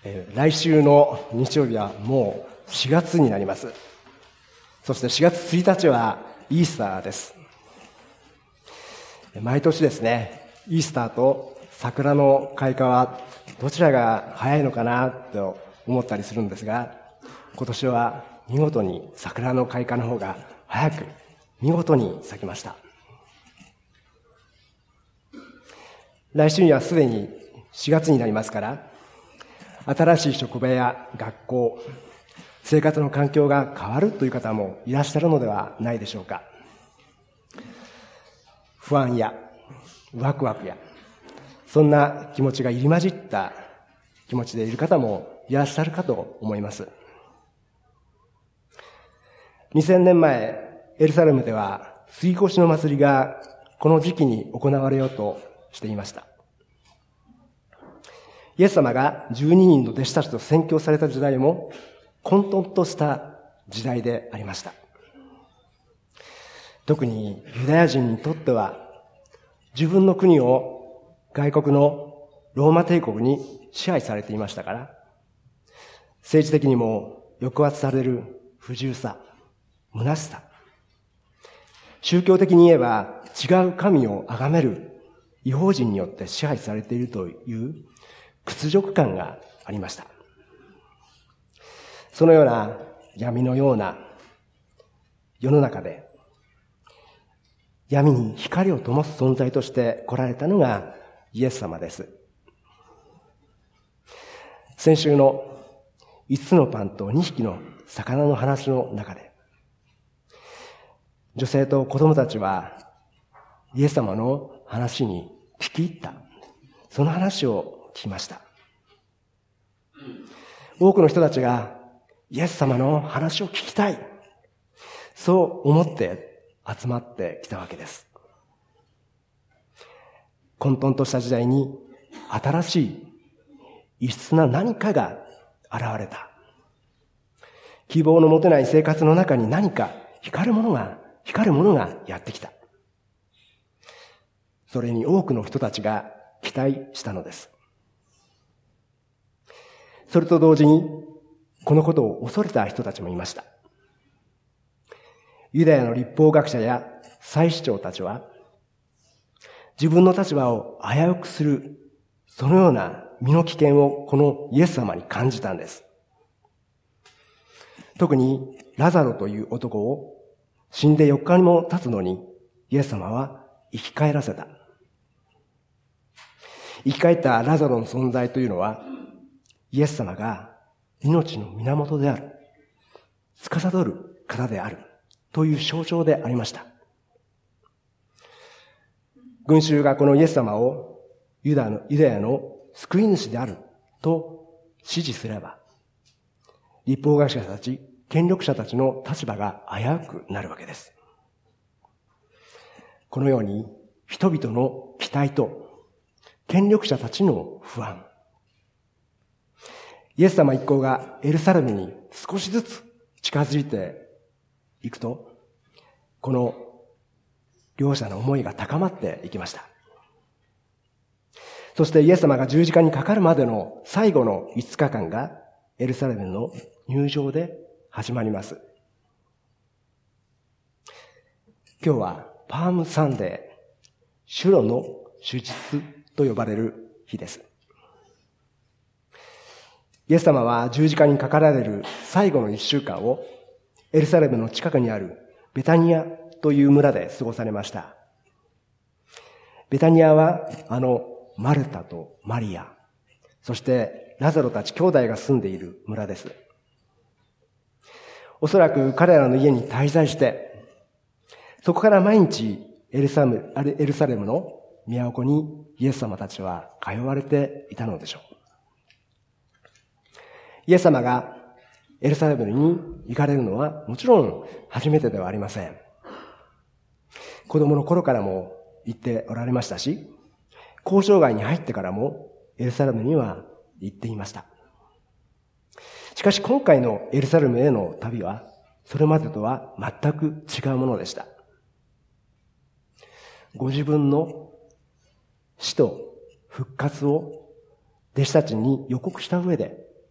来週の日曜日はもう4月になります。そして4月1日はイースターです。毎年ですね、イースターと桜の開花はどちらが早いのかなと思ったりするんですが、今年は見事に桜の開花の方が早く見事に咲きました。来週にはすでに4月になりますから、新しい職場や学校、生活の環境が変わるという方もいらっしゃるのではないでしょうか。不安やワクワクや、そんな気持ちが入り混じった気持ちでいる方もいらっしゃるかと思います。2000年前、エルサレムでは杉越の祭りがこの時期に行われようとしていました。イエス様が12人の弟子たちと宣教された時代も混沌とした時代でありました。特にユダヤ人にとっては自分の国を外国のローマ帝国に支配されていましたから、政治的にも抑圧される不自由さ、虚しさ、宗教的に言えば違う神を崇める異邦人によって支配されているという屈辱感がありました。そのような闇のような世の中で闇に光を灯す存在として来られたのがイエス様です。先週の5つのパンと2匹の魚の話の中で、女性と子供たちはイエス様の話に聞き入った。その話を聞きました。多くの人たちがイエス様の話を聞きたい。そう思って集まってきたわけです。混沌とした時代に新しい異質な何かが現れた。希望の持てない生活の中に何か光るものがやってきた。それに多くの人たちが期待したのです。それと同時にこのことを恐れた人たちもいました。ユダヤの律法学者や祭司長たちは自分の立場を危うくするそのような身の危険をこのイエス様に感じたんです。特にラザロという男を死んで4日にも経つのにイエス様は生き返らせた。生き返ったラザロの存在というのはイエス様が命の源である、司る方であるという象徴でありました。群衆がこのイエス様をユダヤの救い主であると支持すれば、律法学者たち、権力者たちの立場が危うくなるわけです。このように人々の期待と権力者たちの不安、イエス様一行がエルサレムに少しずつ近づいていくと、この両者の思いが高まっていきました。そしてイエス様が十字架にかかるまでの最後の5日間がエルサレムの入場で始まります。今日はパームサンデー、主路の主日と呼ばれる日です。イエス様は十字架にかかられる最後の1週間をエルサレムの近くにあるベタニアという村で過ごされました。ベタニアはマルタとマリア、そしてラザロたち兄弟が住んでいる村です。おそらく彼らの家に滞在して、そこから毎日エルサレムの都にイエス様たちは通われていたのでしょう。イエス様がエルサレムに行かれるのはもちろん初めてではありません。子供の頃からも行っておられましたし、交渉街に入ってからもエルサレムには行っていました。しかし今回のエルサレムへの旅はそれまでとは全く違うものでした。ご自分の死と復活を弟子たちに予告した上で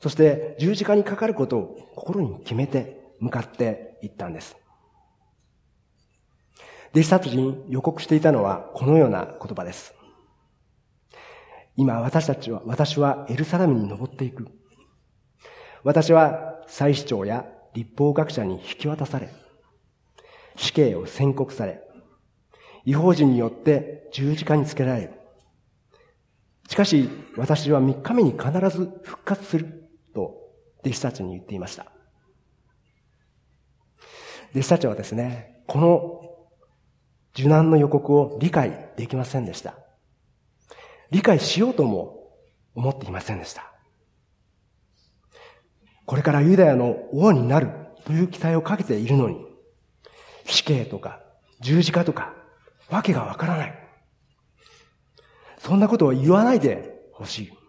そして十字架にかかることを心に決めて向かっていったんです。弟子たちに予告していたのはこのような言葉です。今私はエルサレムに登っていく。私は祭司長や律法学者に引き渡され、死刑を宣告され、異邦人によって十字架につけられる。しかし私は3日目に必ず復活すると弟子たちに言っていました。弟子たちはですね、この受難の予告を理解できませんでした。理解しようとも思っていませんでした。これからユダヤの王になるという期待をかけているのに、死刑とか十字架とかわけがわからない。そんなことを言わないでほしい。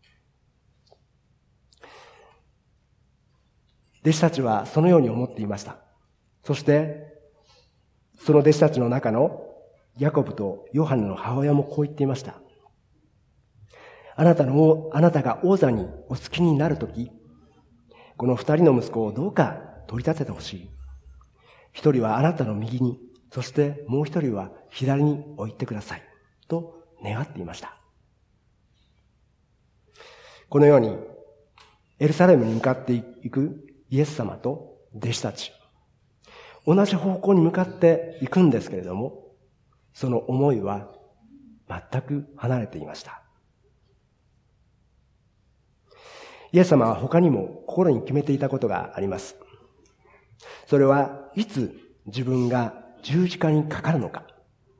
弟子たちはそのように思っていました。そして、その弟子たちの中のヤコブとヨハネの母親もこう言っていました。あなたが王座にお付きになるとき、この2人の息子をどうか取り立ててほしい。一人はあなたの右に、そしてもう一人は左に置いてください。と願っていました。このように、エルサレムに向かっていくイエス様と弟子たち、同じ方向に向かっていくんですけれども、その思いは全く離れていました。イエス様は他にも心に決めていたことがあります。それはいつ自分が十字架にかかるのか。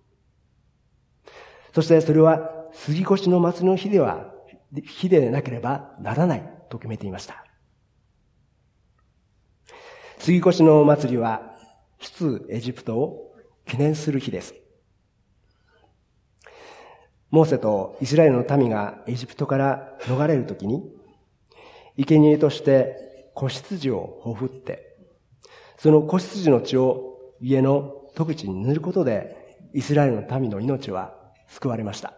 そしてそれは杉越の祭りの日でなければならないと決めていました。杉越の祭りは出エジプトを記念する日です。モーセとイスラエルの民がエジプトから逃れるときに、生贄として子羊をほふって、その子羊の血を家の戸口に塗ることで、イスラエルの民の命は救われました。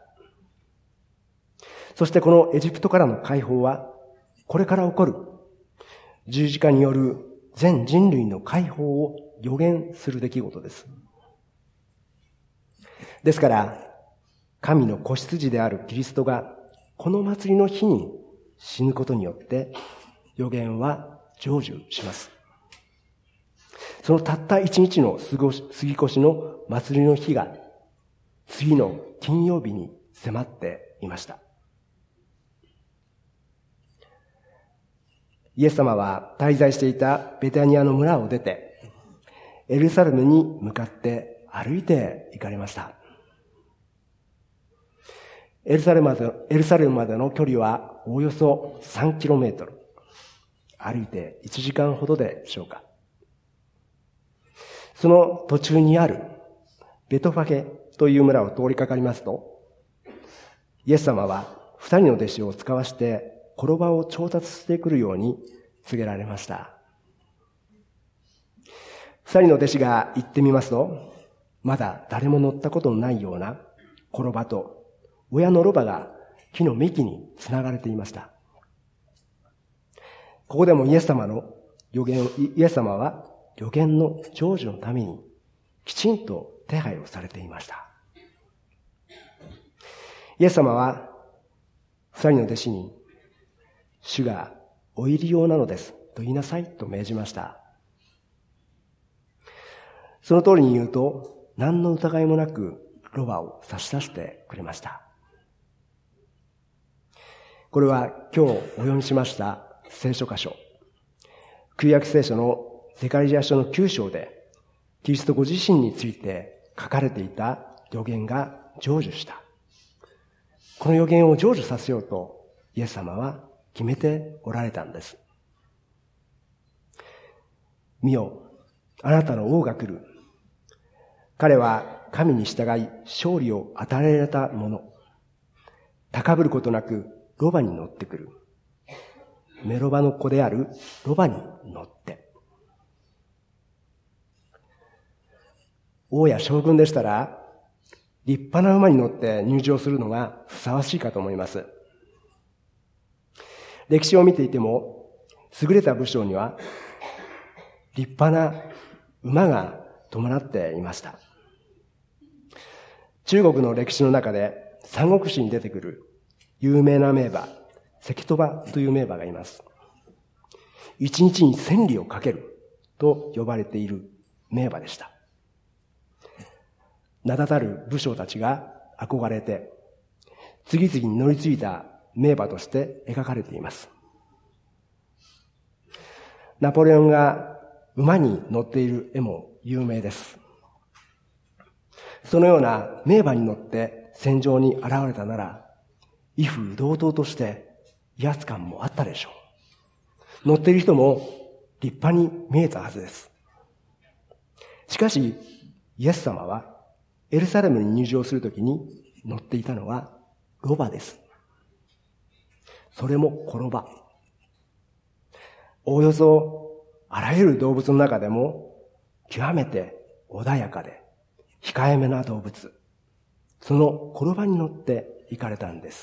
そしてこのエジプトからの解放は、これから起こる十字架による全人類の解放を予言する出来事です。ですから、神の子羊であるキリストがこの祭りの日に死ぬことによって予言は成就します。そのたった一日の杉越の祭りの日が次の金曜日に迫っていました。イエス様は滞在していたベタニアの村を出てエルサレムに向かって歩いて行かれました。エルサレムまでの距離はおよそ 3km。歩いて1時間ほどでしょうか。その途中にあるベトファゲという村を通りかかりますと、イエス様は2人の弟子を使わして転ばを調達してくるように告げられました。2人の弟子が行ってみますと、まだ誰も乗ったことのないような転ばと親のロバが木の幹につながれていました。ここでもイエス様は予言の成就のためにきちんと手配をされていました。イエス様は二人の弟子に、主がお入り用なのですと言いなさいと命じました。その通りに言うと、何の疑いもなくロバを差し出してくれました。これは今日お読みしました聖書箇所、旧約聖書のゼカリヤ書の9章で、キリストご自身について書かれていた予言が成就した。この予言を成就させようとイエス様は決めておられたんです。見よ、あなたの王が来る。彼は神に従い勝利を与えられた者。高ぶることなくロバに乗ってくる。メロバの子であるロバに乗って。王や将軍でしたら、立派な馬に乗って入場するのがふさわしいかと思います。 歴史を見ていても、優れた武将には立派な馬が伴っていました。中国の歴史の中で三国志に出てくる有名な名馬、関戸馬という名馬がいます。一日に千里をかけると呼ばれている名馬でした。名だたる武将たちが憧れて、次々に乗り継いだ名馬として描かれています。ナポレオンが馬に乗っている絵も有名です。そのような名馬に乗って戦場に現れたなら、威風堂々として威圧感もあったでしょう。乗っている人も立派に見えたはずです。しかし、イエス様はエルサレムに入場するときに乗っていたのはロバです。それも子ロバ。おおよそあらゆる動物の中でも極めて穏やかで控えめな動物。その子ロバに乗って行かれたんです。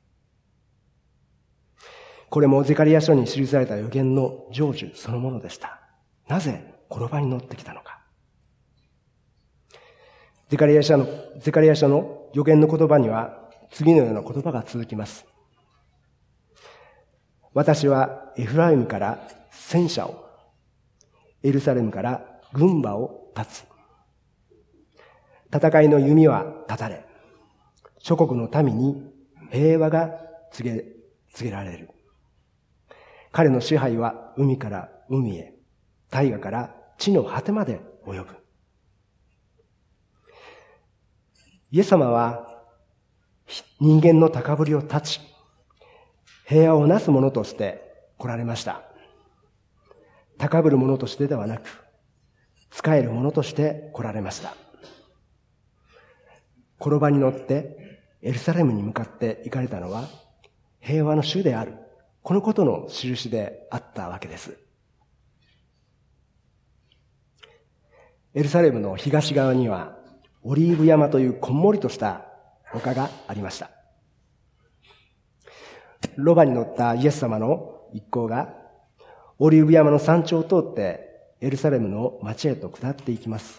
これもゼカリヤ書に記された預言の成就そのものでした。なぜ子ロバに乗ってきたのか。ゼカリヤ書の預言の言葉には次のような言葉が続きます。私はエフライムから戦車を、エルサレムから軍馬を立つ。戦いの弓は立たれ、諸国の民に平和が告げられる。彼の支配は海から海へ、大河から地の果てまで及ぶ。イエス様は人間の高ぶりを断ち、平和をなすものとして来られました。高ぶるものとしてではなく、仕えるものとして来られました。子ロバに乗ってエルサレムに向かって行かれたのは平和の主である。このことの印であったわけです。エルサレムの東側にはオリーブ山というこんもりとした丘がありました。ロバに乗ったイエス様の一行がオリーブ山の山頂を通ってエルサレムの町へと下っていきます。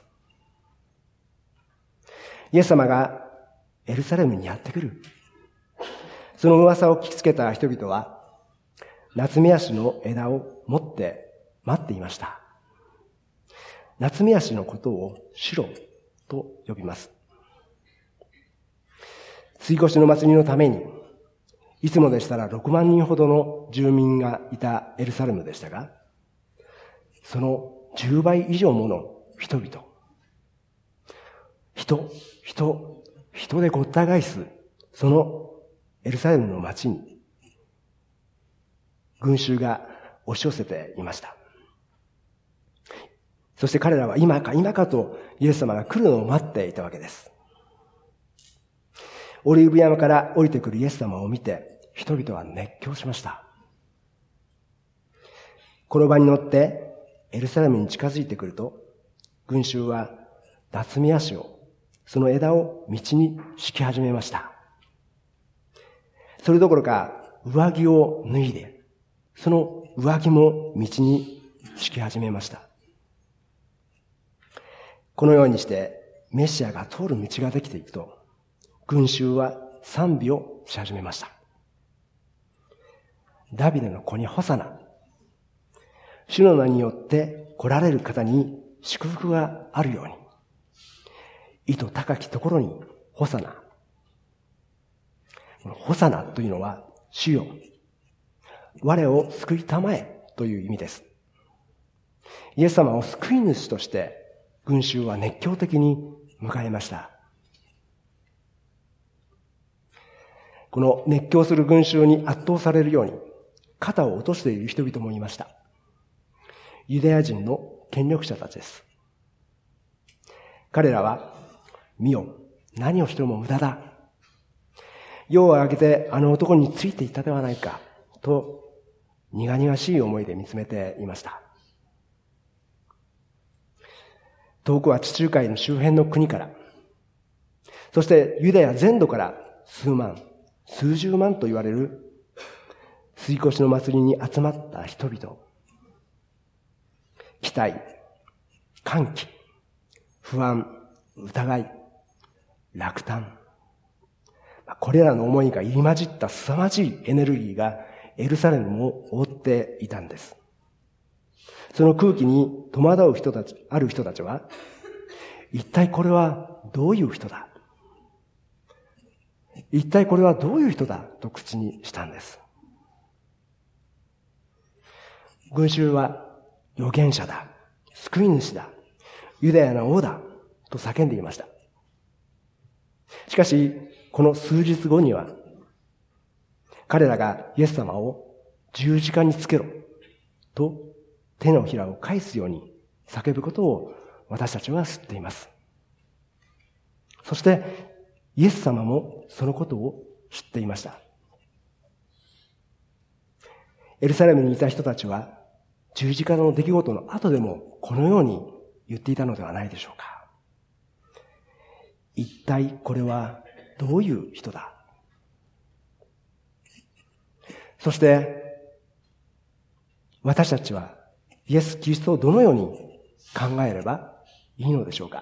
イエス様がエルサレムにやってくる。その噂を聞きつけた人々はナツメヤシの枝を持って待っていました。ナツメヤシのことをシュロと呼びます。杉越の祭りのために、いつもでしたら6万人ほどの住民がいたエルサレムでしたが、その10倍以上もの人々、人でごった返す、そのエルサレムの町に、群衆が押し寄せていました。そして彼らは今かとイエス様が来るのを待っていたわけです。オリーブ山から降りてくるイエス様を見て、人々は熱狂しました。この場に乗ってエルサレムに近づいてくると、群衆はナツメヤシを、その枝を道に敷き始めました。それどころか上着を脱いで、その上着も道に敷き始めました。このようにしてメシアが通る道ができていくと、群衆は賛美をし始めました。ダビデの子にホサナ。主の名によって来られる方に祝福があるように。意図高きところにホサナ。ホサナというのは、主よ、我を救いたまえという意味です。イエス様を救い主として群衆は熱狂的に迎えました。この熱狂する群衆に圧倒されるように肩を落としている人々もいました。ユダヤ人の権力者たちです。彼らは、見よ、何をしても無駄だ。世を挙げてあの男についていったではないか、と苦々しい思いで見つめていました。遠くは地中海の周辺の国から、そしてユダヤ全土から数万、数十万と言われる杉越の祭りに集まった人々。期待、歓喜、不安、疑い、落胆。これらの思いが入り混じった凄まじいエネルギーがエルサレムを覆っていたんです。その空気に戸惑うある人たちは、一体これはどういう人だ？一体これはどういう人だと口にしたんです。群衆は預言者だ、救い主だ、ユダヤの王だと叫んでいました。しかし、この数日後には、彼らがイエス様を十字架につけろと手のひらを返すように叫ぶことを私たちは知っています。そしてイエス様もそのことを知っていました。エルサレムにいた人たちは十字架の出来事の後でもこのように言っていたのではないでしょうか。一体これはどういう人だ？そして私たちはイエス・キリストをどのように考えればいいのでしょうか。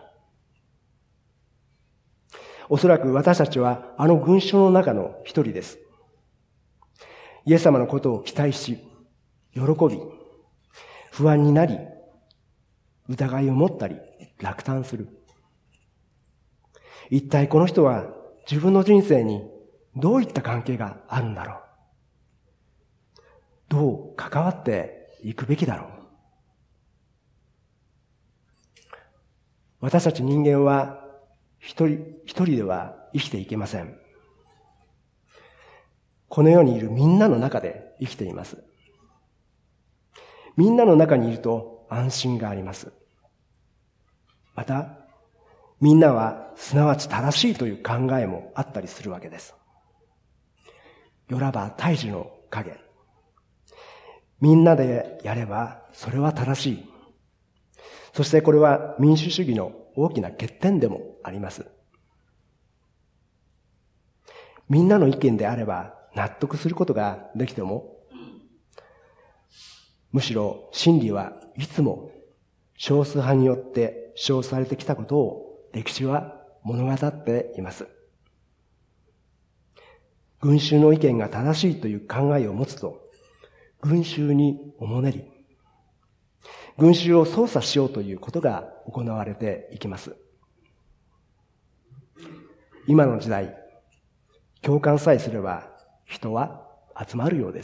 おそらく私たちはあの群衆の中の一人です。イエス様のことを期待し、喜び、不安になり、疑いを持ったり、落胆する。一体この人は自分の人生にどういった関係があるんだろう。どう関わっていくべきだろう。私たち人間は一人では生きていけません。この世にいるみんなの中で生きています。みんなの中にいると安心があります。また、みんなはすなわち正しいという考えもあったりするわけです。よらば大樹の影。みんなでやればそれは正しい。そしてこれは民主主義の大きな欠点でもあります。みんなの意見であれば納得することができても、むしろ真理はいつも少数派によって主張されてきたことを歴史は物語っています。群衆の意見が正しいという考えを持つと、群衆におもねり、群衆を操作しようということが行われていきます。今の時代、共感さえすれば人は集まるようです。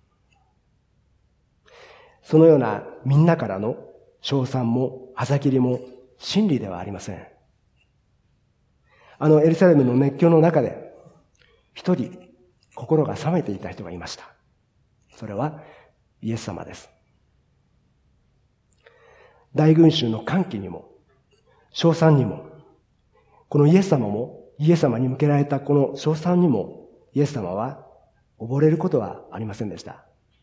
そのようなみんなからの称賛もあざきりも真理ではありません。あのエルサレムの熱狂の中で一人心が冷めていた人がいました。それはイエス様です。大群衆の歓喜にも称賛にも、このイエス様もイエス様に向けられたこの称賛にもイエス様は溺れることはありませんでした。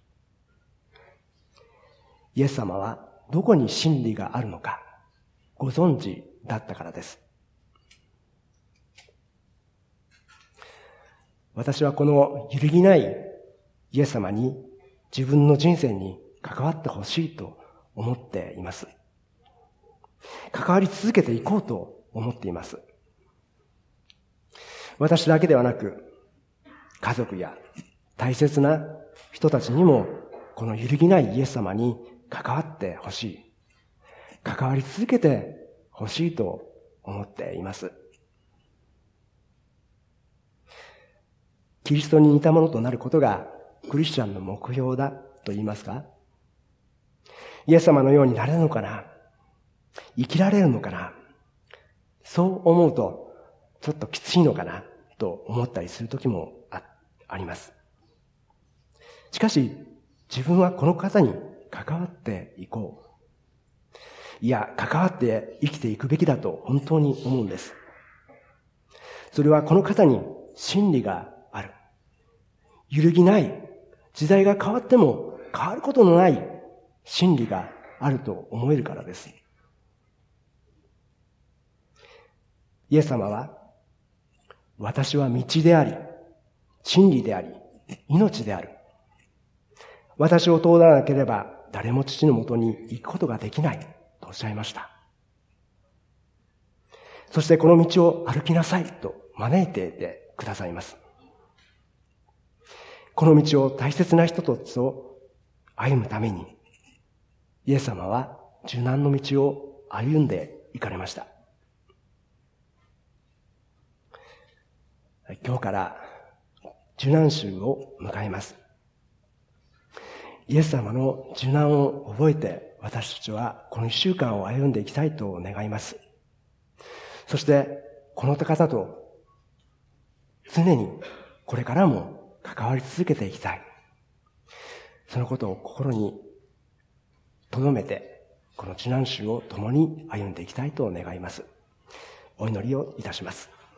イエス様はどこに真理があるのかご存知だったからです。私はこの揺るぎないイエス様に自分の人生に関わってほしいと思っています。関わり続けていこうと思っています。私だけではなく、家族や大切な人たちにもこの揺るぎないイエス様に関わってほしい。関わり続けてほしいと思っています。キリストに似たものとなることがクリスチャンの目標だと言いますか？イエス様のようになれるのかな？生きられるのかな？そう思うとちょっときついのかなと思ったりする時もあります。しかし自分はこの方に関わっていこう。いや、関わって生きていくべきだと本当に思うんです。それはこの方に真理がある。揺るぎない、時代が変わっても変わることのない真理があると思えるからです。イエス様は、私は道であり、真理であり、命である。 私を通らなければ誰も父のもとに行くことができないとおっしゃいました。そしてこの道を歩きなさいと招いてくださいます。この道を大切な人たちと歩むために、イエス様は受難の道を歩んで行かれました。今日から受難週を迎えます。イエス様の受難を覚えて、私たちはこの一週間を歩んでいきたいと願います。そしてこの方と常にこれからも関わり続けていきたい。そのことを心に留めて、この受難週を共に歩んでいきたいと願います。お祈りをいたします。